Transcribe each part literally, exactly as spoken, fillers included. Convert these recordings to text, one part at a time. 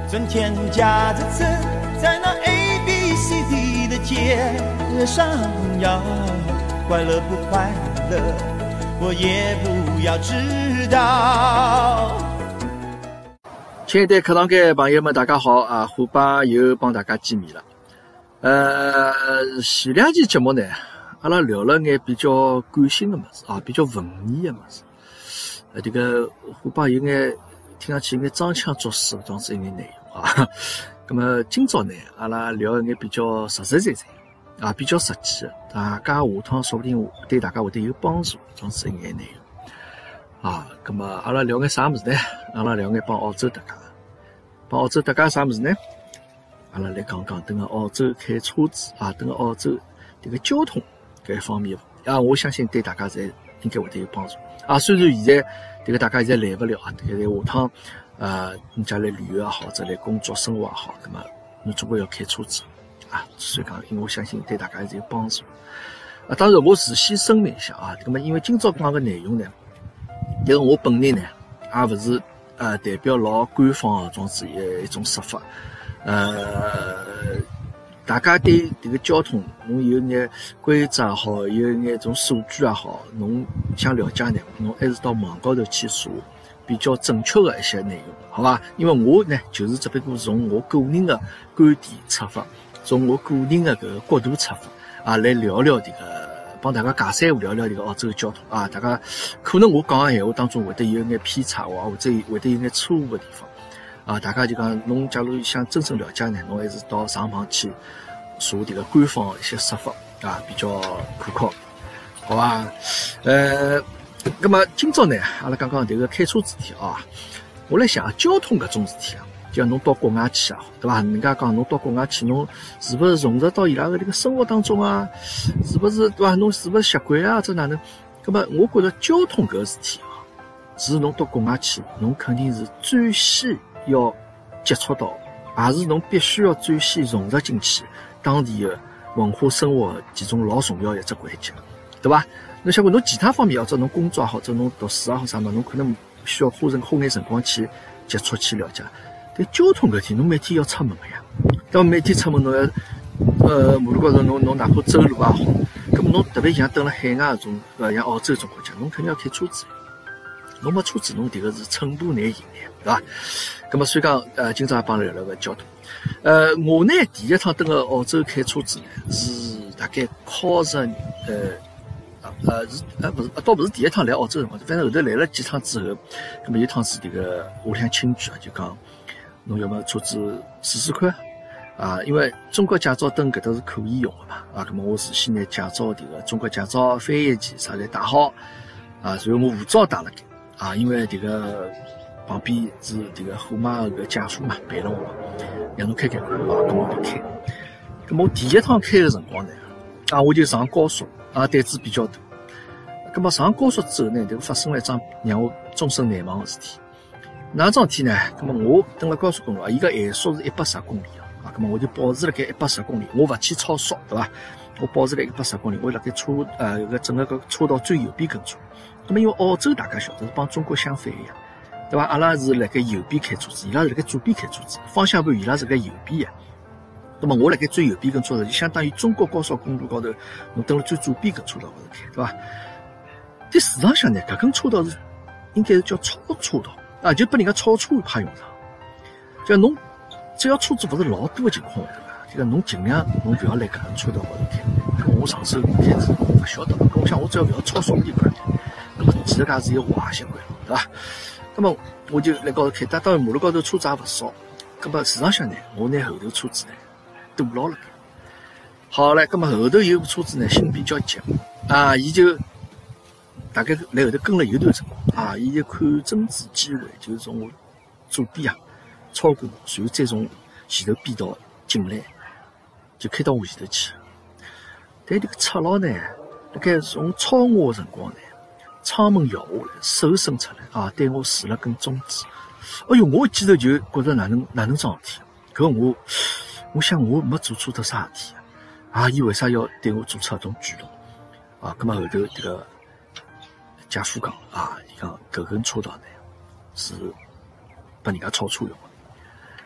整天夹着车在那 A B C D 的街上摇，快乐不快乐我也不要知道。 亲爱的课堂间朋友们，大家好啊！虎爸又帮大家见面了。呃，前两期节目呢，阿拉聊了眼比较感性的物事啊，比较文艺的物事。呃，这个虎爸有眼听上去有眼装腔作势的这样子一眼内容啊。那么今朝呢，阿拉聊一眼比较实实在在啊，比较实际的，大家下趟说不定对大家会得有帮助这样子一眼内容。啊，咁么阿拉聊眼啥物事呢？阿拉聊眼帮澳洲搭界，帮澳洲搭界啥物事呢？阿拉来讲讲等个澳洲开车子啊，等个澳洲这个交通搿一方面啊，我相信对大家侪应该会得有帮助啊。虽然现在这个大家现在来不了啊，这个下趟呃，人家来旅游也好，或者来工作生活也好，咁么侬总归要开车子啊。所以讲，因为我相信对大家是有帮助啊。当然，我事先声明一下啊，咁么因为今朝讲个内容呢。但是我本人呢，也不是呃代表老官方的这样子一一种说法。呃，大家对这个交通，侬有眼规则也好，有眼种数据也好，侬想了解呢，侬还是到网高头去查比较正确的一些内容，好吧？因为我呢，就是只不过从我个人的观点出发，从我个人的搿个角度出发啊，来聊聊这个。帮大家假三胡聊聊这个澳洲的交通啊，大家可能我讲的闲话当中会得有眼偏差或者会得有眼错误的地方啊，大家就讲侬假如想真正了解呢，侬还是到上网去查这个官方的一些说法啊，比较可靠，好吧？呃，那么今朝呢，阿拉讲讲这个开车子体啊，我来想交通搿种事体啊。就像侬到国外去啊，对吧？人家讲侬到国外去，侬是不是融入到伊拉的这个生活当中啊？是不是对吧？侬是不是习惯啊？这哪能？那么我觉得交通搿个事体啊，是侬到国外去，侬肯定是最先要接触到，也是侬必须要最先融入进去当地的文化生活的其中老重要的一只环节，对吧？侬想过侬其他方面，或者侬工作也好，或者侬读书也好啥嘛，侬可能需要花辰花眼辰光去接触去了解。但交通搿天，侬每天要出门个呀，对伐？每天出门侬要，呃，马路高头侬侬哪怕走路也好，咁么侬特别像蹲辣海外搿种，呃，像澳洲搿种国家，侬肯定要开车子，侬没车子，侬迭个是寸步难行个，对伐？咁么所以讲，呃，今朝也帮聊聊个交通。呃，我呢第一趟蹲个澳洲开车子呢，是大概靠着呃。呃是呃不是，倒不是第一趟来澳洲辰光，反正后头来了几趟之后，咁么有趟是迭个屋里向亲戚啊，就讲侬要么车子试试看啊，因为中国驾照登搿搭是可以用的嘛啊，咁么我事先拿驾照迭个中国驾照翻译件啥侪带好啊，然后我护照带了该啊，因为迭个旁边是迭个虎妈搿个家属嘛陪了我，让侬开开看啊，咁我就开，咁么我第一趟开个辰光呢，啊我就上高速。啊，胆子比较大。咁么上高速之后呢，这个发生了一桩让我终身难忘的事体。哪桩事体呢？咁么我登了高速公路啊，伊个限速是一百十公里啊。咁么我就保持辣盖一百十公里，我勿去超速，对伐？我保持辣一百十公里，我辣盖车呃搿整个搿车道最右边跟车。咁么因为澳洲大家晓得是帮中国相反一样，对伐？阿拉是辣盖右边开车子，伊拉是辣盖左边开车子，方向盘伊拉是辣盖右边的。那么我辣盖最右边跟车道，就相当于中国高速公路高头，侬登了最左边跟车道高头开，对伐？但事实上呢，搿根车道是应该是叫超车道啊，就拨人家超车派用场。就侬只要车子勿是老多的情况下头，这个侬尽量侬勿要辣搿根车道高头开。咁我上手开始勿晓得，咁我想我只要勿要超速就可以。那么其实搿是一个坏习惯，对伐？那么我就辣高头开，但当然马路高头车子也勿少。咁么事实上呢，我拿后头车子呢。堵牢了，好嘞，咁么后头有部车子呢，心比较急啊，伊就大概来后头跟了有段辰光啊，伊就看准子机会，就是从我左边啊超过我，然后再从前头变道进来，就开到我前头去。但这个侧牢呢，辣盖从超我的辰光呢，窗门摇下来，手伸出来啊，对我竖了根中指。哎哟，我一记头就觉着哪能哪能桩事体，搿我。我想我没做错得啥事体啊，伊为啥要对我做出搿种举动啊？咁么后头这个驾驶讲啊，伊讲搿根车道呢是拨人家超车用的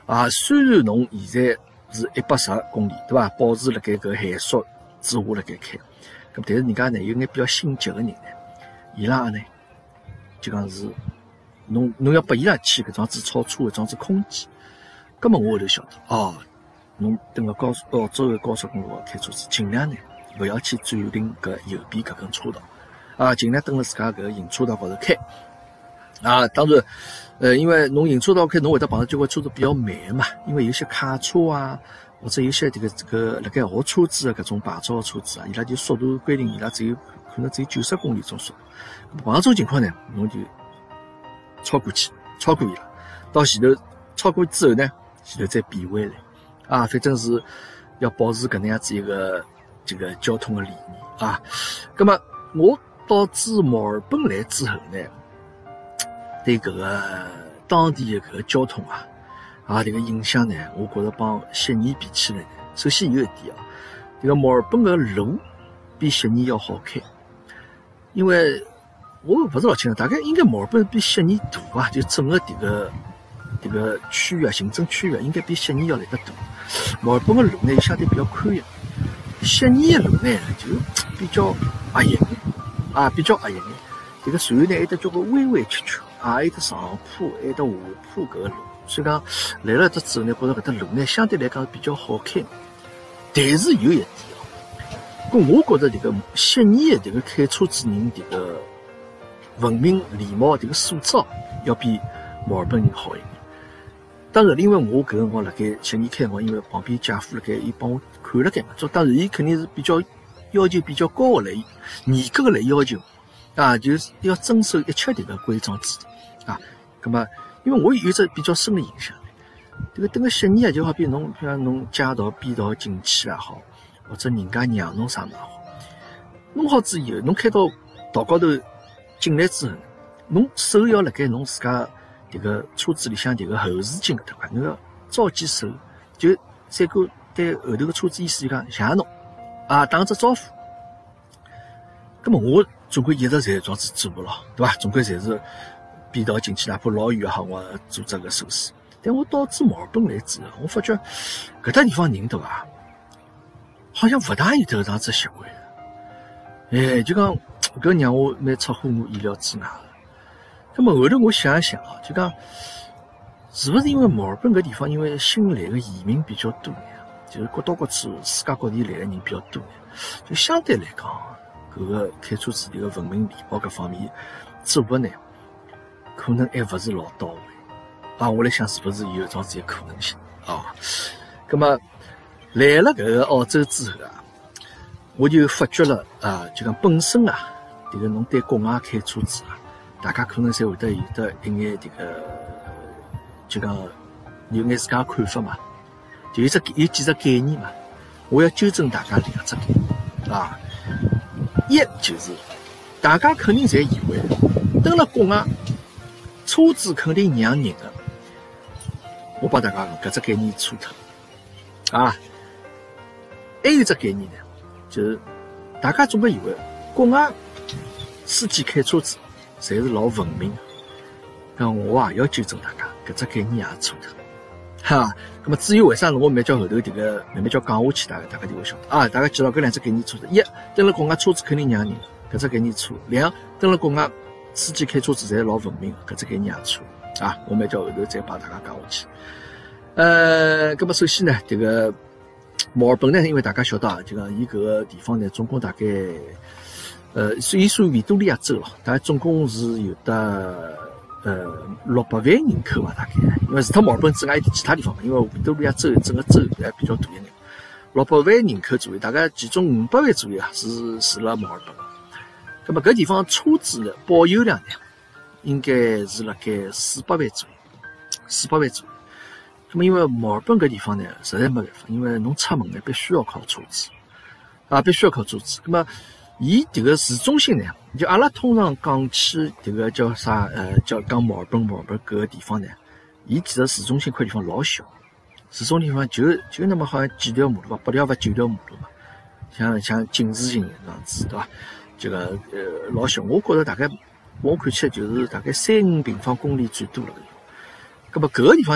啊，虽然侬现在是一百十公里，对伐？保持辣盖搿限速之下辣盖开，咁但是人家呢有眼比较心急个人呢，伊拉呢就讲是侬侬要拨伊拉去搿桩子超车搿桩子空间，咁么我后头晓得哦，侬登个高速澳洲个高速公路开车子，尽量呢勿要去占领搿右边搿根车道，啊，尽量登了自家搿行车道高头开。啊，当然，呃，因为侬行车道开，侬会得碰到交关车子比较慢嘛，因为有些卡车啊，或者有些这个这个辣盖学车子的搿种牌照的车子啊，伊拉就速度规定，伊拉只有可能只有九十公里种速度。碰到这种情况呢，侬就超过去，超过伊拉，到前头超过之后呢，前头再变回来，啊，反正是要保持搿能样子一个这个交通的理念啊。那么我到至墨尔本来之后呢，对搿个当地的搿个交通啊，啊，这个影响呢，我觉着帮悉尼比起来呢，首先有一点啊，这个墨尔本的路比悉尼要好开，因为我勿是老清楚，大概应该墨尔本比悉尼大啊，就整个这个这个区域啊，行政区域啊，应该比悉尼要来得大。墨尔本的路呢，相对比较宽一点，悉尼的路呢就比较压抑啊，比较压抑。这个随后呢，还得交关弯弯曲曲。啊，还有得上坡，还有得下坡搿个路，所以讲来了这之后呢，觉着搿搭路呢相对来讲比较好开。但是有一点哦，搿我觉着这个悉尼的这个开车子人这个文明礼貌这个素质要比墨尔本人好一点。当然，因为我搿辰光辣盖悉尼开辰光，因为旁边姐夫辣盖，伊帮我看了盖嘛，就当然伊肯定是比较要求比较高的来，严格的来要求啊，就是要遵守一切这个规章制度。啊，咁么，因为我有只比较深的印象，这个等个悉尼啊，就好比侬像侬街道边道进去也好，或者人家让侬啥么也好，弄好之以后，侬开到道高头进来之后，侬手要辣盖侬自家这个车子里向这个后视镜搿搭块，侬要招几手，就再过对后头个车子意思就讲谢侬啊，打只招呼。咁么我总归一直侪这样子做了，对伐？总归侪是。边道进去，哪怕老远也好，我做这个手势。但我到至墨尔本来之后，我发觉搿搭地方人对伐，好像勿大有得搿样子习惯。哎，就讲搿让我蛮出乎我意料之外的。那么后头我想一想啊，就讲是勿是因为墨尔本搿地方，因为新来的移民比较多呢，就是各到各处世界各地来的人比较多呢，就相对来讲，搿个开车子这个文明礼貌搿方面做的呢。可能还不是老到位啊！我来想，是不是有这样子的可能性啊？那么来了搿个澳洲之后啊，我就发觉了啊，就讲本身啊，这个侬对国外开车子啊，大家可能侪会得有得一眼这个，就讲有眼自家看法嘛，就有只有几只概念嘛。我要纠正大家两只概念啊，一就是大家肯定侪以为登了国外。车子肯定让人的，我帮大家讲，搿只概念错脱啊！还有一只概念呢，就是大家总归以为国外司机开车子侪是老文明的，那我啊要纠正大家，搿只概念也错脱。哈，那么至于为啥我慢慢叫后头这个慢慢叫讲下去，大家大家就会晓得啊！大家记牢搿两只概念错脱：一，登了国外车子肯定让人，搿只概念错；两，登了国外。司机开车子侪老文明，搿只概念也错啊！我们叫后头再帮大家讲下去。呃，那么首先呢，这个墨尔本呢，因为大家晓得啊，就讲伊搿个地方呢，总共大概呃，所以属于维多利亚州了，大概总共是有的呃六百万人口吧，大概，因为除脱墨尔本之外，有其他地方嘛，因为维多利亚州整个州还比较大一点，六百万人口左右，大概其中五百万左右啊是住辣墨尔本。那么搿地方车子的保有量呢，应该是辣盖四百万左右，四百万左右。那么因为墨尔本搿地方呢，实在没办法，因为侬出门呢必须要靠车子，啊，必须要靠车子。那么伊这个市中心呢，就阿拉通常讲起这个叫啥呃，叫讲墨尔本墨尔本搿个地方呢，伊其实市中心块地方老小，市中心地方就就那么好像几条马路吧，八条或九条马路嘛，像像锦字形这样子，对吧？这个呃老小，我觉着大概我看起来就是大概三五平方公里最多了。那么搿个地方呢，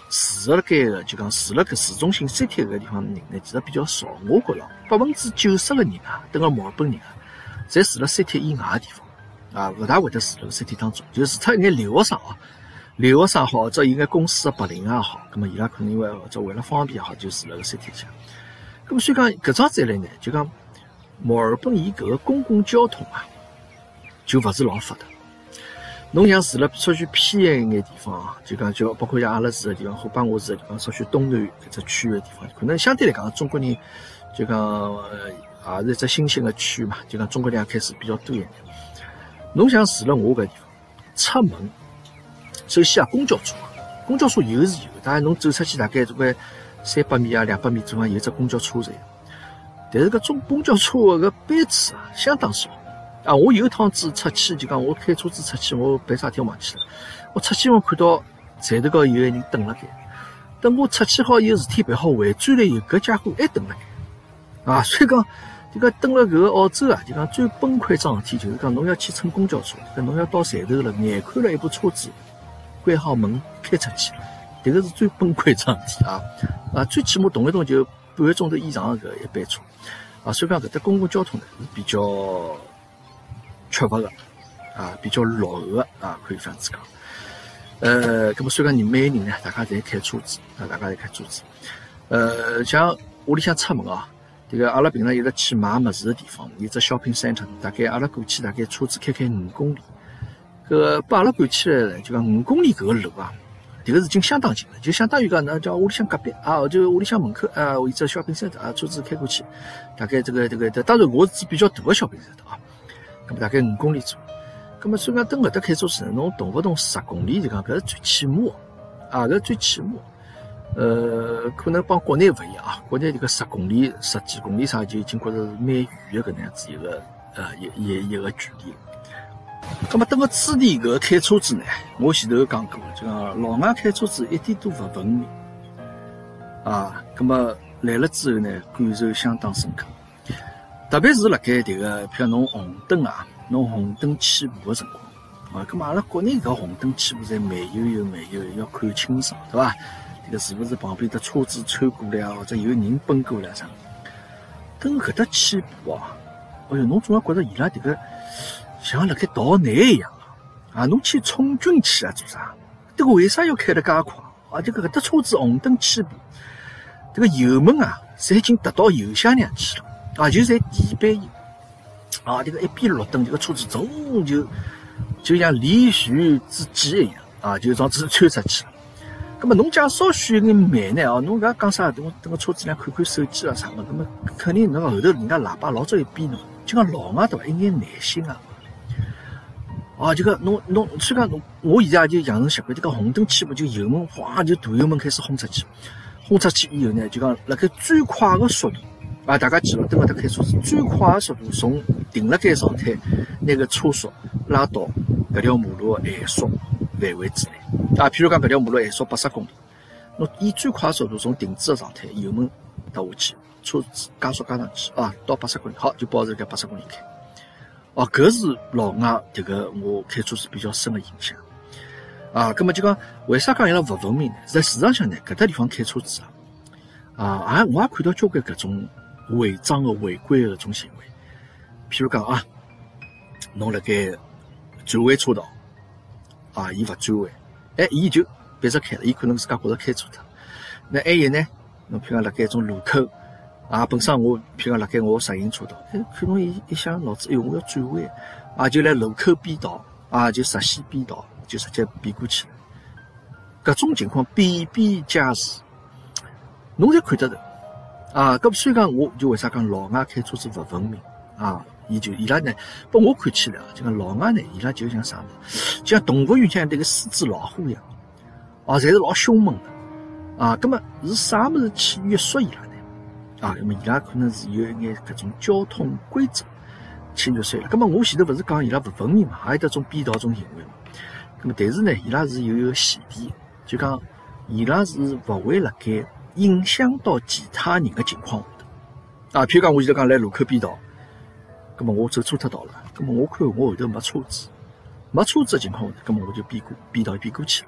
住辣盖个就讲住辣搿市中心 City 搿个地方人呢，其实比较少。我觉着百分之九十个人啊，等个墨尔本人啊，侪住辣 City 以外个地方啊，勿大会得住辣 City 当中。就除脱一眼留学生啊，留学生好，或者有眼公司个白领也好，咁么伊拉可能因为或者为了方便也好，就住辣个 City 去。咁么所以讲搿桩子一来呢，就讲墨尔本伊搿个公共交通啊，就勿是老发达。侬像住辣稍许偏一眼地方啊，就讲就包括像阿拉住个地方，虎帮我住个地方，稍许东南搿只区域个地方，可能相对来讲，中国人就讲呃也是一只新兴个区嘛，就讲中国人也开始比较多一点。侬像住辣我搿地方，出门首先啊，公交车，公交车有是有，当然侬走出去大概大概三百米啊、两百米左右有只公交车站，但是搿种公交车个搿班次啊，相当少。啊！我有一趟子出去，就讲我开车子出去，我办啥体忘记了。我出去我看到站头高有个人等辣盖，等我出去好有事体办好回转来以后，搿家伙还等辣盖。啊，所以讲这个等了搿个澳洲啊，就讲最崩溃桩事体就是讲侬要去乘公交车，搿侬要到站头了，眼看了一部车子关好门开出去，迭个是最崩溃桩事体啊！啊，最起码动一动就半个钟头以上搿一班车啊，所以讲搿搭公共交通呢是比较缺乏的啊，比较落后的啊，可以这样子讲。呃，咁么所以讲，你每个人呢，大家侪开车子啊，大家侪开车子。呃，像屋里向出门啊，这个阿拉平常有个去买物事的地方，有只 shopping center， 大概阿拉过去大概车子开开五公里。搿个把阿拉赶起来了，就讲五公里搿个路啊，迭个是已经相当近了，就相当于讲那叫屋里向隔壁啊，就屋里向门口啊，有只 shopping center 啊，车子开过去，大概这个这个，当然我是指比较大的 shopping center 啊。咁么大概五公里左右，咁么所以讲等搿搭开车子，侬动勿动十公里就讲搿是最起码啊，搿最起码。呃，可能帮国内勿一样啊，国内这个十公里、十几公里啥就已经觉着是蛮远的搿能样子一个呃一一一个距离。咁么等个此地搿个开车子呢，我前头讲过，就讲老外开车子一点都勿文明啊。咁么来了之后呢，感受相当深刻。特别是辣盖迭个，譬如侬红灯啊，侬红灯起步个辰光，啊，咁嘛阿拉国内搿红灯起步侪慢悠悠慢悠悠，要看清爽，对伐？迭个是勿是旁边的车子穿过来啊，或者有人奔过来啥？等搿搭起步啊，哎哟，侬总归觉着伊拉迭个像辣盖逃难一样啊！啊，侬去冲军去啊，做啥？迭个为啥要开得介快？啊，这个搿搭车子红灯起步，迭个油门啊，侪已经达到油箱量去了。啊，就在地板音啊，这个一边绿灯，这个车子走就就像连续之箭一样啊，就这样子穿出去了。那么侬假稍许有点慢呢啊，侬搿讲啥？等等个车子里看看手机啊啥的，那么肯定那个后头人家喇叭老早就逼侬，就讲老外对伐？一眼耐心啊。啊，这个侬侬虽然侬我现在也就养成习惯，这个红灯起步就油门哗就大油门开始轰出去，轰出去以后呢，就讲辣盖最快的速度。啊！大家记牢，等搿搭开车子最快的速度，从停辣盖状态，拿个车速拉到搿条马路的限速范围之内。啊，譬如讲搿条马路限速八十公里，侬以最快的速度从停止的状态，油门踏下去，车子加速加上去，啊，到八十公里，好就保持搿八十公里开。哦，搿是老外迭个我开车子比较深的印象。啊，葛末就讲为啥讲伊拉勿文明呢？在市场上呢，搿搭地方开车子啊，啊，我也看到交关搿种。违章的违规的搿种行为，譬如讲啊，侬辣盖转弯车道啊，伊勿转弯，哎，伊就别着开了，伊可能自家觉着开错脱。那还有呢，侬譬如讲辣盖一种路口啊，本身我譬如讲辣盖我直行车道，哎，看侬一一想脑子，哎哟，我要转弯啊，就来路口变道啊，就实线变道，就直接变过去了。搿种情况比比皆是，侬侪看得到。啊，咁所以讲，我就为啥讲老外开车子勿文明啊？伊就伊拉呢，拨我看起来啊，就讲老外呢，伊拉就像啥呢？就像动物园像迭个狮子老虎一样，啊，侪是老凶猛的啊。咁么是啥物事去约束伊拉呢？啊，那么伊拉可能是有一眼搿种交通规则去约束伊拉。咁么我前头勿是讲伊拉勿文明嘛，还有得种变道种行为嘛。咁么但是呢，伊拉是有一个前提，就讲伊拉是勿会辣盖。影响到其他人的情况下头啊，譬如讲我现在讲来路口变道，那么我走错脱道了，那么我看我后头没车子，没车子的情况下头，那么我就变过变道变过去了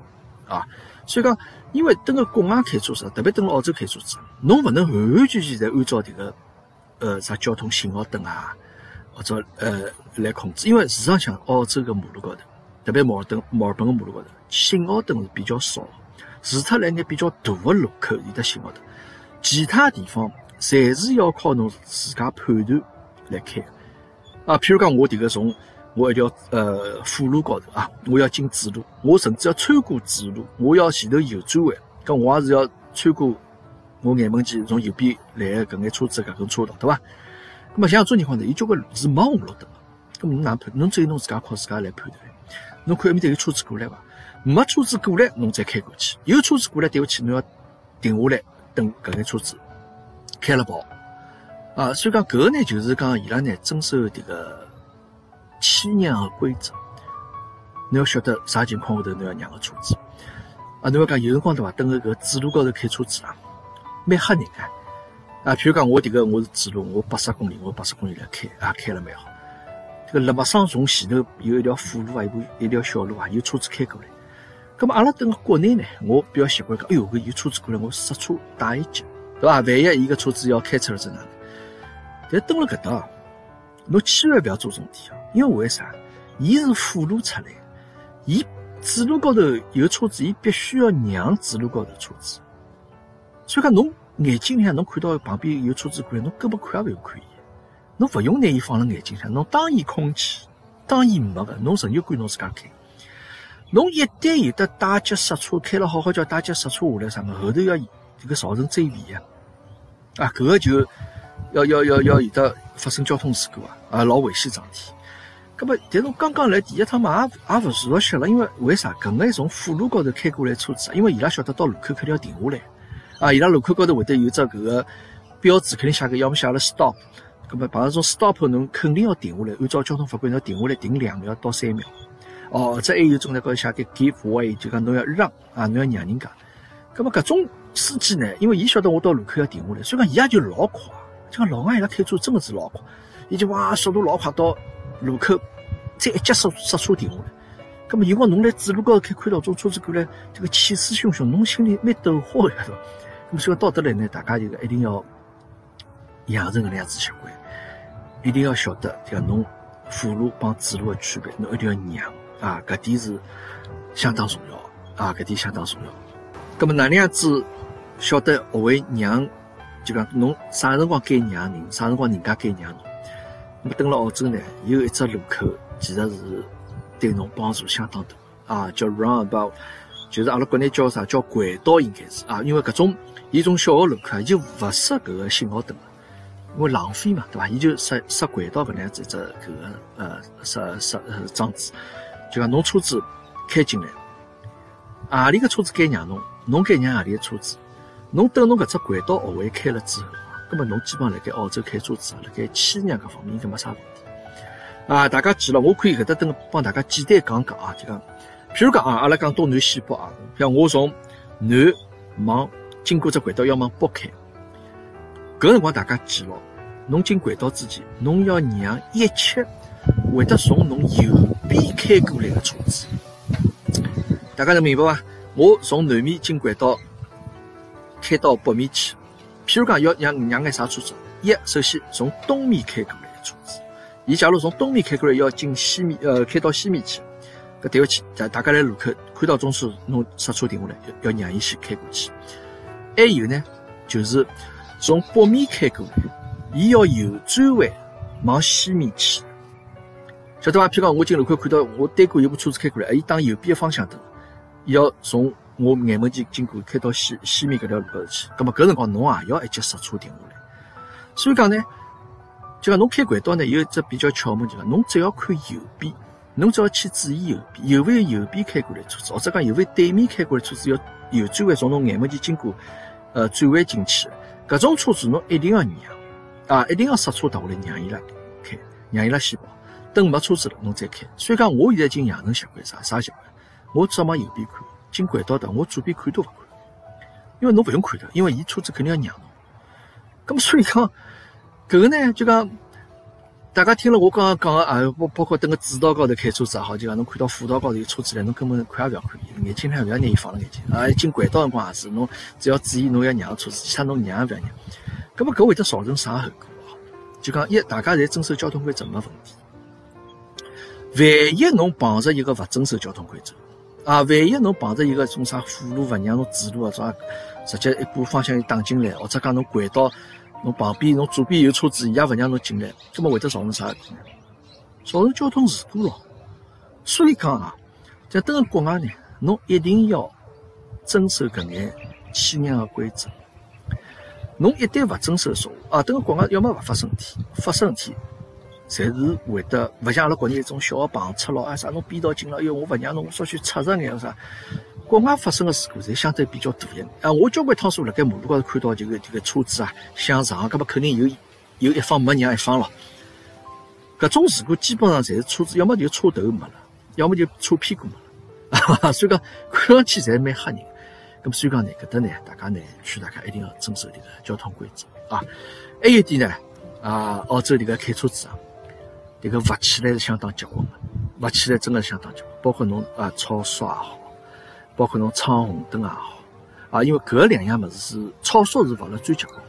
啊。所以讲，因为等个国外开车子，特别等澳洲开车子，侬勿能完完全全在按照迭个呃啥交通信号灯啊，或者呃来控制，因为事实上像澳洲个马路高头，特别墨尔本墨尔本个马路高头，信号灯是比较少，除脱辣眼比较大个路口有得信号灯，其他地方侪是要靠侬自家判断来开啊。譬如讲我迭个从我一条呃辅路高头啊，我要进主路，我甚至要穿过主路，我要前头右转弯，咁我也是要穿过我眼门前从右边来的搿眼车子搿根车道，对伐？咁么像这种情况呢，伊交关路是没红绿灯的，咁侬哪判？侬只有侬自家靠自家来判断。侬看埃面搭有车子过来伐？没车子过来，侬再开过去；有车子过来，对不起，侬要停下来等搿眼车子开了跑啊。所以讲搿个呢，就是讲伊拉呢遵守迭个谦让的规则。侬要晓得啥情况下头侬要让个车子啊。侬要讲有辰光对伐？等个搿主路高头开车子啊，蛮吓人啊。啊，譬如讲我迭个我是主路，我八十公里，我八十公里来开啊，开了蛮好。这个立马上从前头有一条辅路啊，一部一条小路啊，有车子开过来。咁么阿拉等国内呢，我比较习惯讲，哎哟，搿有车子过来，我刹车打一脚，对伐？万一伊个车子要开出来怎哪能？但登了搿搭，侬千万不要做这种事体，因为为啥？伊是辅路出来，伊主路高头有车子，伊必须要让主路高头车子。所以讲，侬眼睛里向侬看到旁边有车子过来，侬根本看也勿用看伊，侬勿用拿伊放辣眼睛上，侬当伊空气，当伊没个，侬纯就管侬自家开。侬一旦有的打劫刹车，开了好好叫打劫刹车下来啥么，后头要这个造成追尾啊，啊，搿个就要要要要有的发生交通事故啊，啊，老危险桩事体。搿么，但侬刚刚来第一趟嘛，也也勿熟悉了，因为为啥？搿眼从辅路高头开过来车子，因为伊拉晓得到路口肯定要停下来，啊，伊拉路口高头会得有只搿个标志，肯定写个，要么写了 stop， 搿么碰到种 stop 侬肯定要停下来，按照交通法规要停下来，停两秒到三秒。哦，这还有种在高头写个 give way， 就讲侬要让啊，侬要让人家。咁么搿种司机呢，因为伊晓得我到路口要停下来，所以讲伊也就老快。就讲老外伊拉开车真的是老快，伊就哇速度老快到路口，再一脚刹刹车停下来。咁么有光侬来主路高头开，看到种车子过来，这个气势汹汹，侬心里蛮抖慌的，对伐？咁么所以到得来呢，大家就一定要养成搿能样子习惯，一定要晓得，就讲侬辅路帮主路的区别，侬一定要让。啊，搿点是相当重要啊，搿点相当重要。葛么哪能样子晓得学会让，就讲侬啥辰光该让人，啥辰光人家该让侬。那么等了澳洲呢，有一只路口其实是对侬帮助相当大啊，叫 roundabout， 就是阿拉国内叫啥叫轨道应该是啊，因为搿种伊种小个路口伊就勿设搿个信号灯了。因为浪费嘛，对伐？伊就设设轨道搿能样子一只搿个呃设设装置。就讲侬车子开进来，何里个车子该让侬，侬该让何里个车子。侬等侬搿只轨道学会开了之后，葛末侬基本上辣盖澳洲开车子啊，辣盖谦让搿方面应该没啥问题。啊，大家记了，我可以搿搭等帮大家简单讲讲啊，就讲，譬如讲啊，阿拉讲东南西北啊，像我从南往经过只轨道要往北开，搿辰光大家记牢，侬进轨道之前，侬要让一切会得从侬右边开过来的车子，大家能明白伐？我从南面进轨道开到北面去，譬如讲要让让眼啥车子？一，首先从东面开过来的车子，伊假如从东面开过来要进西面，呃，开到西面去，搿对勿起，大大家来路口看到种车，侬刹车停下来，要要让伊先开过去。还有呢，就是从北面开过来，伊要右转弯往西面去。晓得伐？譬如讲，我进路口看到我对过有部车子开过来，伊打右边的方向灯，伊要从我眼门前经过开到西西面搿条路高头去。葛末搿辰光侬也要一脚刹车停下来。所以讲呢，就讲侬开轨道呢有一只比较窍门，就讲侬只要看右边，侬只要去注意右边，有没有右边开过来车子，或者讲有没有对面开过来车子要右转弯从侬眼门前经过，呃转弯进去，搿种车子侬一定要让啊，一定要刹车踏下来让伊拉开，让伊拉先跑。等没车子了，侬再开。所以讲，我现在已经养成习惯，啥啥习惯？我只往右边看，进轨道的，我左边看都勿看，因为侬勿用看的，因为伊车子肯定要让侬。咁么所以讲，搿个呢就讲， 大家听了我刚刚讲个啊，包包括等个主道高头开车子也好，就讲侬看到辅道高头有车子来，侬根本看也勿要看伊，眼睛还勿要拿伊放辣眼睛啊。进轨道辰光也是，侬只要注意侬要让车子，其他侬让也勿要让。咁么搿会得造成啥后果？就讲一，大家侪遵守交通规则没问题。万一侬碰着一个勿遵守交通规则啊，万一侬碰着一个种啥辅路勿让侬指路啊，啥直接一把方向又打进来，或者讲侬轨道侬旁边侬左边有车子，伊也勿让侬进来，咁么会得造成啥后果呢？造成交通事故咯。所以讲啊，在等个国外呢，侬一定要遵守搿眼气让个规则。侬一旦勿遵守说啊，等个国外要么勿发生事体，发生事体，侪是会得勿像阿拉国内一种小个碰车咯啊啥，侬变道进了，哎哟，我勿让侬，我稍许擦着眼啥。国外发生个事故侪相对比较大一啊！我交关趟数辣盖马路高头看到这个这个车子啊向上，搿么肯定有有一方没让一方咯。搿种事故基本上侪是车子要么就车头没了，要么就车屁股没了，所以讲看上去侪蛮吓人。咁所以讲呢，搿搭呢，大家呢劝大家一定要遵守这个交通规则啊。还有一点呢，啊，澳洲这个开车子啊，这个罚起来是相当结棍的，罚起来真的是相当结棍，包括侬啊超速也好。包括侬闯红灯也好啊，因为搿两样物事是超速是罚了最结棍。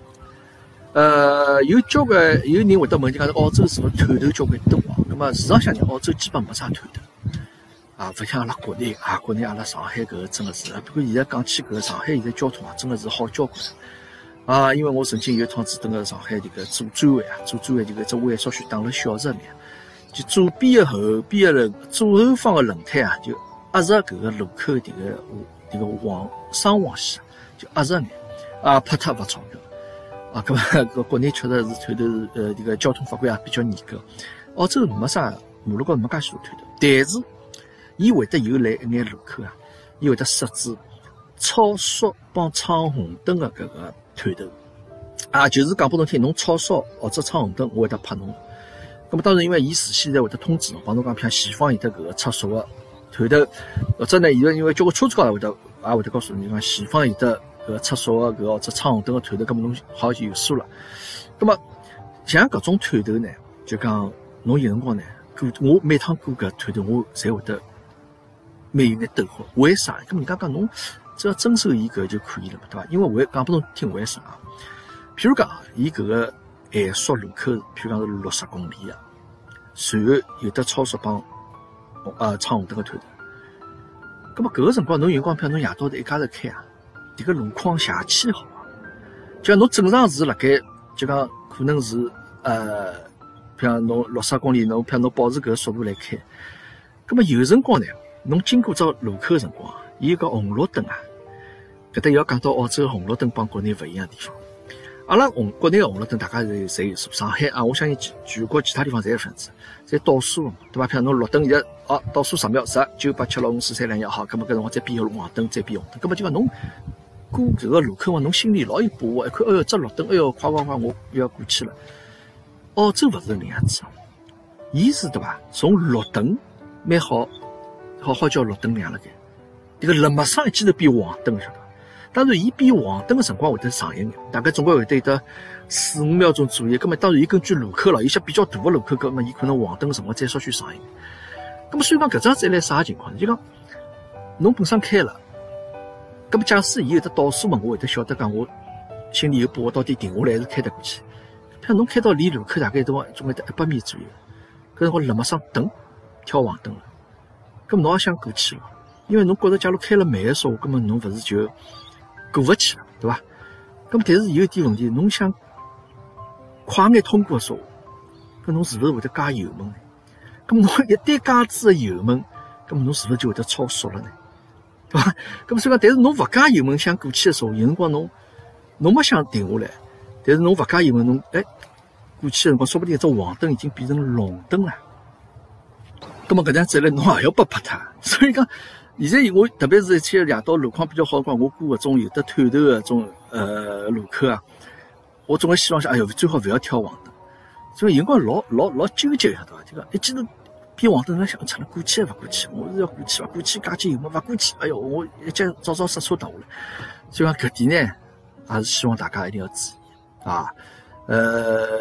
呃，有交关有人会得问，就讲澳洲是勿是探头交关多啊？那么市场上呢，澳洲基本没啥探头啊，勿像阿拉国内啊，国内阿拉上海搿个真的是，不过现在讲起搿个上海现在交通啊，真的是好交关啊。因为我曾经有一趟子蹲个上海这个做专位啊，做专位这个只弯稍许打了小十秒，就左边的后边的轮左后方的轮胎啊，就压着搿个路口迭个迭个黄双黄线，就压着眼啊，拍脱罚钞票啊。搿么搿国内确实是探头呃迭个交通法规也比较严格，澳洲没啥马路高头没介许多探头，但是伊会得有来一眼路口啊，伊会得设置超速帮闯红灯的搿个探头啊，就是讲拨侬听，侬超速或者闯红灯，我会得拍侬。咁么当然因为伊事先侪会得通知侬，帮侬讲譬如前方有得搿个测速个探头，或者呢，现在因为交关车子高头会得也会得告诉你讲前方有得搿个测速个搿个或者闯红灯个探头，咁么侬好就有数了。咁么像搿种探头呢，就讲侬有辰光呢，过我每趟过搿探头，我侪会得蛮有眼抖火。为啥？咁人家讲侬只要遵守伊搿就可以了嘛，对伐？因为为讲拨侬听为啥？譬如讲伊搿个限速路口，譬如讲是六十公里啊，随后有得超速帮呃闯红灯个探头。咁么搿个辰光侬有辰光譬如侬夜到头一家头开啊，迭个路况邪气好啊，就讲侬正常是辣盖就讲可能是呃，譬如侬六十公里，侬譬如侬保持搿个速度来开，咁么有辰光呢，侬经过只路口个辰光，伊有个红绿灯啊，搿搭要讲到澳洲红绿灯帮国内勿一样地方。阿拉红国内个红绿灯大家侪侪有数，上海啊，我相信全全国其他地方侪有分子，侪倒数嘛，对伐？譬如侬绿灯现在哦，倒数十秒，十九八七六五四三两一，好，咁么搿辰光再变黄灯，再变红灯，咁么就讲侬过搿个路口嘛，侬心里老有把握，一看，哎哟，只绿灯，哎哟，快快快，我要过去了。澳洲勿是搿能样子，伊是对伐？从绿灯蛮好，好好叫绿灯亮了该，迭个立马上一记头变黄灯，晓得伐？当然，伊变黄灯的辰光会得长一眼，大概总归会得有得四五秒钟左右。咁么，当然伊根据路口了，有些比较大的路口，咁么伊可能黄灯的辰光再稍许长一眼。咁么，所以讲搿桩再来啥情况？就讲侬本身开了，咁么假使伊有得倒数嘛，我会得晓得讲我心里有把握，到底停下来还是开得过去。譬如侬开到离路口大概都总归得一百米左右，搿辰光立马上灯跳黄灯了，咁么侬也想过去了，因为侬觉着假如开了慢的说，咁么侬勿是就过勿去了，对伐？咁但是有一点问题，侬想快眼通过说，搿侬是勿是会得加油门呢？咁侬一旦加支个油门，咁侬是勿是就会得超速了呢？对伐？咁所以讲，但是侬勿加油门想过去的时候，有辰光侬侬没想停下来，但是侬勿加油门，侬哎过去的辰光，说不定这黄灯已经变成红灯了。咁么搿样子来，侬也要被拍脱。所以讲。现在我特别是一些夜到路况比较好的光，我过搿种有的探头的种呃路口啊，我总归希望想，哎哟，最好不要跳黄灯。所以有辰光老老老纠结，晓得伐？这个一记头变黄灯，在想，成了过去还勿过去？我是要过去伐？过去加紧油门，勿过去，哎哟，我一节早早刹车倒下来。所以讲搿点呢，还是希望大家一定要注意啊。呃，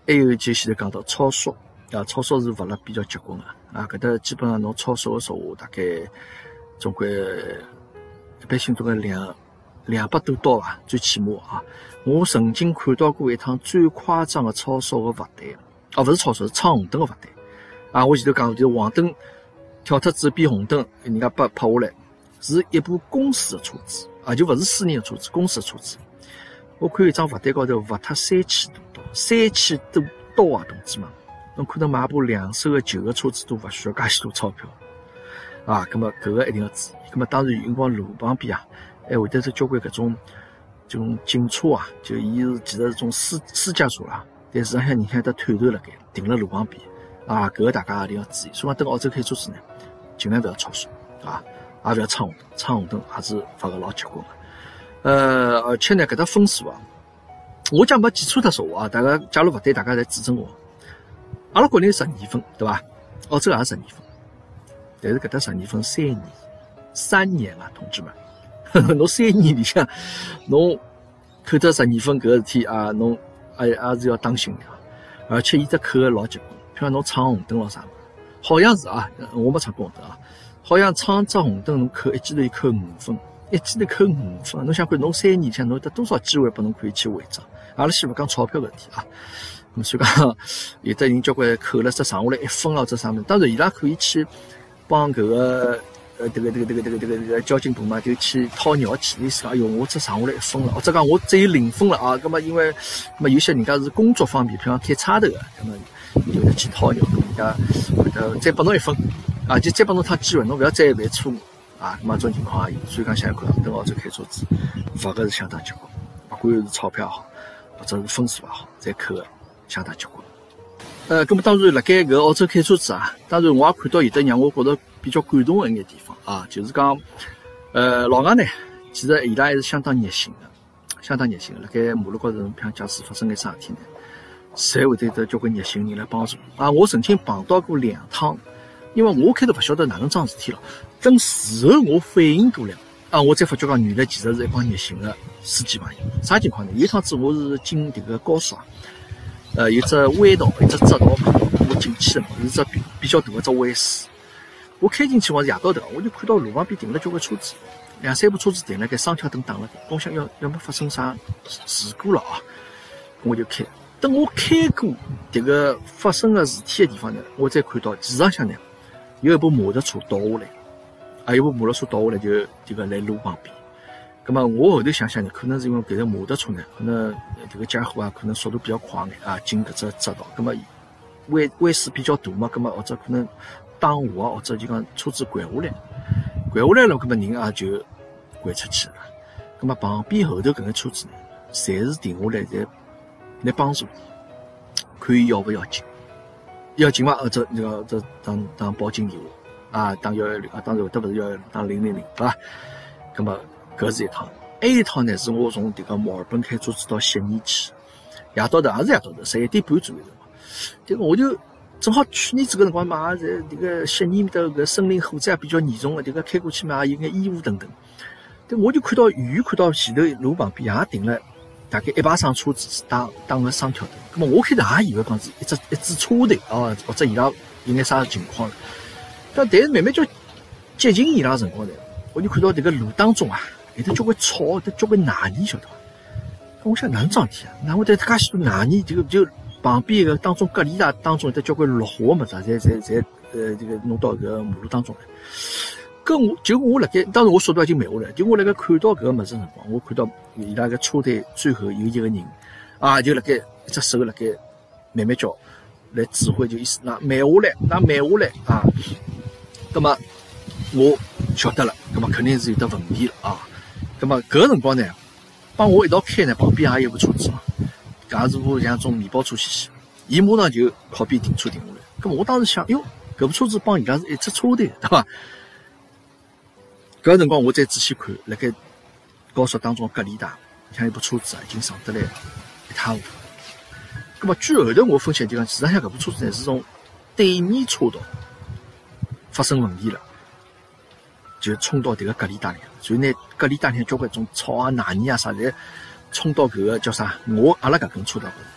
还有就前头讲到超速啊，超速是罚了比较结棍个啊，搿搭基本上侬超速个说话，大概总归一般性总归两两百多刀伐，最起码啊。我曾经看到过一趟最夸张个超速个罚单，哦，勿是超速，是闯红灯个罚单啊。我前头讲就是黄灯跳脱之后变红灯，人家把拍下来，是一部公司个车子啊，就勿是私人个车子，公司个车子。我看一张罚单高头罚脱三千多刀，三千多刀啊，同志们！侬可能买部两手个旧个车子都勿需要介许多钞票啊。咁么搿个一定要注意。咁么当然，有辰光路旁边啊，还会得是交关搿种这种警车啊，就伊是其实是种私私家车啦，但是实际上人家得探头辣盖停辣路旁边啊，搿个大家一定要注意。所以讲，登澳洲开车子呢，尽量勿要超速啊，也勿要闯红灯，闯红灯也是罚个老结棍个。呃，而且呢，搿搭分数啊，我讲没记错脱说话啊，大家假如勿对，大家来指正我。阿拉国内十二分，对伐？澳洲也是十二分，但是搿搭十二分三年，三年啊，同志们，侬三年里向，侬扣得十二分搿个事体啊，侬也也是要当心的啊。而且伊只扣个老结棍，譬如侬闯红灯咯啥物，好像是啊，我没闯过红灯啊，好像闯只红灯侬扣一记头就扣五分。一记头扣五分，侬想看侬三年前侬得多少机会拨侬可以去违章？阿拉先勿讲钞票搿事体啊。咁所以讲，有的人交关扣了只剩下来一分咯，这啥物事？当然伊拉可以去帮搿个呃这个这个这个这个这个这个交警部嘛，就去讨尿去，意思讲，哎哟，我只剩下来一分了，或者讲我只有零分了啊。咁么因为咁么有些人家是工作方面，譬如讲开叉头个，咁么有的去讨尿，咁人家会得再拨侬一分啊，就再拨侬趟机会，侬勿要再犯错误。啊，咁么种情况也有，所以讲想想看，登澳洲开车子罚个是相当结棍，不管是钞票也好，或者是分数也好，侪扣个相当结棍。呃，咁么当然辣盖搿澳洲开车子啊，当然我也看到有的让我觉得比较感动个一眼地方啊，就是讲，呃，老外呢，其实伊拉还是相当热心个，相当热心个。辣盖马路高头，譬如假使发生眼啥事体呢，侪会得得交关热心人来帮助啊。我曾经碰到过两趟。因为我开头勿晓得哪能桩事体了，等事后我反应过来啊，我才发觉讲原来其实是一帮热心的司机朋友。啥情况呢？有一趟子我是进这个高速啊，呃，有只弯道，一只匝道嘛，我进去了嘛，是只比比较大的只弯street。我开进去我是夜到头，我就看到路旁边停了交关车子，两三部车子停了盖双跳灯打了盖，我想要要么发生啥事故了啊，我就开。等我开过这个发生的事体的地方呢，我再看到地上向呢。有一部摩托车倒下来，啊，有部摩托车倒下来就这个来路旁边。那么我后头想想呢，可能是因为搿个摩托车呢，可能这个家伙啊，可能速度比较快眼啊，进搿只匝道。那么弯弯势比较大嘛，那么或者可能打滑啊，或者就讲车子掼下来，掼下来了，那么人也就掼出去了。那么旁边后头搿个车子呢，侪是停下来在来帮助，看伊要勿要紧。要紧嘛？或者那个这打打报警电话啊，打幺幺零啊，当然会得勿是幺幺零，打零零零，对伐？那么搿是一趟，还有一趟呢，是我从这个墨尔本开车子到悉尼去，夜到头也是夜到头，十一点半左右的嘛。这个我就正好去年这个辰光嘛，在这个悉尼面头搿森林火灾比较严重的，这个开过去嘛，有眼烟雾等等。但我就看到远远看到前头路旁边也停了。大概一排双车子是打打个双跳灯，那么我开头也以为讲是一只一支车队啊，或者伊拉有眼啥情况了。但但是慢慢就接近伊拉辰光呢，我就看到这个路当中啊，有得交关草，有得交关泥泥，晓得伐？我想哪能桩事体啊？哪会得介许多泥泥？这个就旁边一个当中隔离带当中有得交关绿化物事，侪侪侪呃这个弄到搿个马路当中来。跟我就我辣盖，当时我速度已经慢下来，就我辣盖看到搿个物事辰光，我看到伊拉个车队最后有一个人啊，就辣盖一只手辣盖慢慢叫来指挥，就意思那慢下来，那慢下来啊。那么我晓得了，那么肯定是有得问题了啊。那么搿个辰光呢，帮我一道开呢，旁边也有部车子嘛，也是部像种面包车兮兮，伊马上就靠边停车停下来。那么我当时想，哟，搿部车子帮伊拉是一只车队，对伐？搿个辰光我再仔细看，辣盖高速当中隔离带，像一部车子啊，已经上得来一塌糊涂。咁么据后头我分析，就讲实际上搿部车子呢是从对面车道发生问题了，就冲到迭个隔离带里，所以呢隔离带里交关种草啊、泥泥啊啥，侪冲到搿个叫啥？我阿拉搿根车道高头。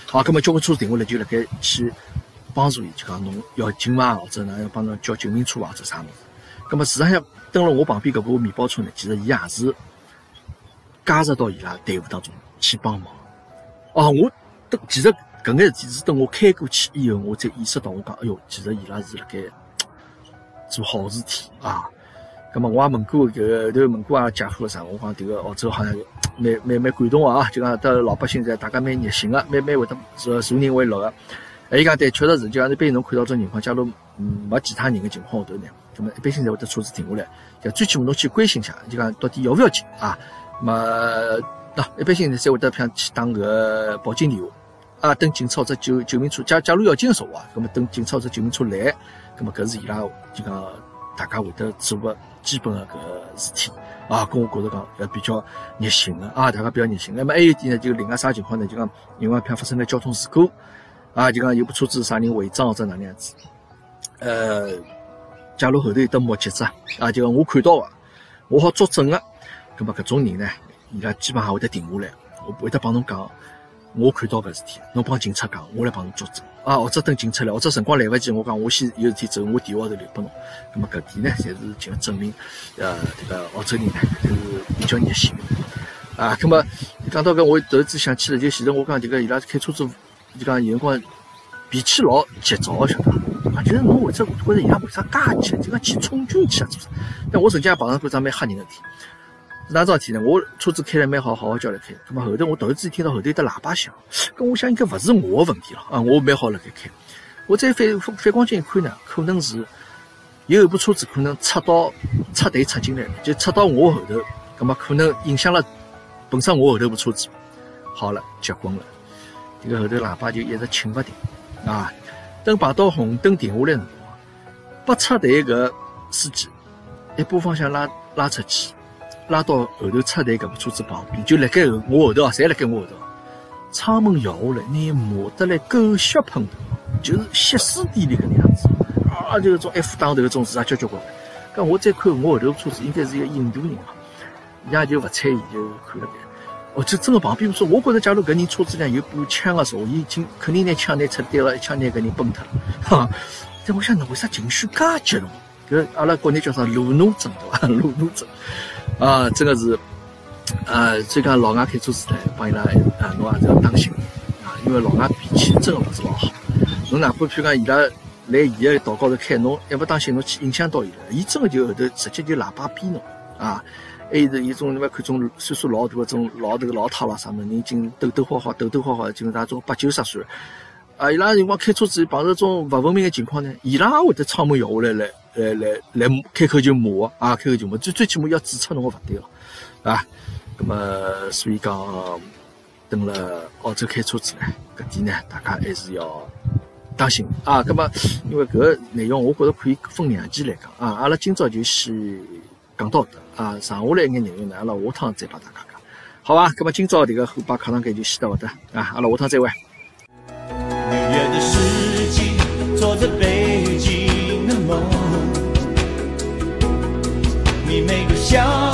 好，咁么交关车子停下来就辣盖去帮助伊，就讲侬要紧嘛，或者呢要帮侬叫救命车或者啥物事。咁么事实上登了我旁边搿部面包车呢，其实伊也是加入到伊拉队伍当中去帮忙。哦，我等其实搿眼事体是等我开过去以后，我才意识到我讲，哎哟，其实伊拉是辣盖做好事体啊。咁么我也问过搿个后头问过啊，姐夫啥，我讲迭个澳洲好像蛮蛮蛮感动啊，就讲得老百姓在大家蛮热心个，蛮蛮会得助助人为乐个。伊讲对，确实是，就讲一般侬看到这种情况，假如没其他人个情况下头呢，咁么一般性才会得车子停下来，就最起码侬去关心一下，就讲到底要勿要紧啊？咁么喏，一般性才会得像去打搿个报警电话啊，等警察或者救救命车，假假如要紧个说话，咁么等警察或者救命车来，咁么搿是伊拉就讲大家会得做个基本个搿事体啊，跟我觉着讲呃比较热心个啊，大家比较热心。那么还有一点呢，就另外啥情况呢？就讲因为譬如发生了交通事故。啊，就讲有部车子啥人违章或者哪能样子，呃，假如后头有得目击者啊，就讲我看到个，我好作证个，咁么搿种人呢，伊拉基本上会得停下来，我会得帮侬讲，我看到搿事体，侬帮警察讲，我来帮侬作证啊，或者等警察来，或者辰光来勿及，我讲我先有事体走，我电话头留拨侬，咁么搿点呢，侪是就证明，呃，这个澳洲人呢，是比较热心啊。咁么讲到搿，我突然之想起来，就前头我讲迭个伊拉开车子。就讲有辰光脾气老急躁，晓得伐？就是侬为啥觉着伊拉为啥介急？就讲去冲军去啊，做啥？但我曾经也碰上过桩蛮吓人个事体。是哪桩事体呢？我车子开了蛮好，好好叫来开。咁么后头我突然之间听到后头有得喇叭响，咁我想应该勿是我个问题了啊！我蛮好辣盖开。我再反反光镜一看呢，可能是有一部车子可能插到插队插进来了，就插到我后头，咁么可能影响了本身我后头部车子。好了，结棍了。这个后头喇叭就一直请勿停啊！等碰到红灯停下来辰光，不插队搿司机一把方向拉拉出去，拉到后头插队搿部车子旁边，就辣盖我后头啊，侪辣盖我后头。窗门摇下来，拿伊骂得来狗血喷头，就是歇斯底里搿能样子啊！就搿种 F 档头搿种事啊，交交关关。搿我再看我后头车子，应该是一个印度人啊，伊也就勿睬伊，就看了该。哦，就真个旁边说，我觉着假如搿人车子上有把枪个说，伊已经肯定拿枪拿出对了，一枪拿搿人崩脱了。哈，但我想侬为啥情绪介激动？搿阿拉国内叫啥路怒症对伐？路怒症啊，真个是啊，所以讲老外开车子呢，帮伊拉啊，侬也是要当心啊，因为老外脾气真个勿是老好。侬哪怕譬如讲伊拉来伊个道高头开，侬一勿当心，侬去影响到伊了，伊真个就后头直接就喇叭逼侬啊。还有是一种你们看种岁数老大的种老头老太啦啥么，人已经抖抖晃晃抖抖晃晃，就那种八九十岁啊，伊拉辰光开车子碰到种勿文明的情况呢，伊拉也会得窗门摇下来来来来来开口就骂啊，开口就骂，最最起码要指出侬个勿对了啊。那么所以讲，等了澳洲开车子呢，搿点呢大家还是要当心啊。那么因为搿个内容，我觉着可以分两期来讲啊。阿拉今朝就先讲到这啊，剩下来一眼内容呢，阿拉下趟再帮大家讲，好吧？那么今朝这个虎爸课堂间就先到这啊，阿拉下趟再会。 六月的世纪，做着北京的梦，你每个笑。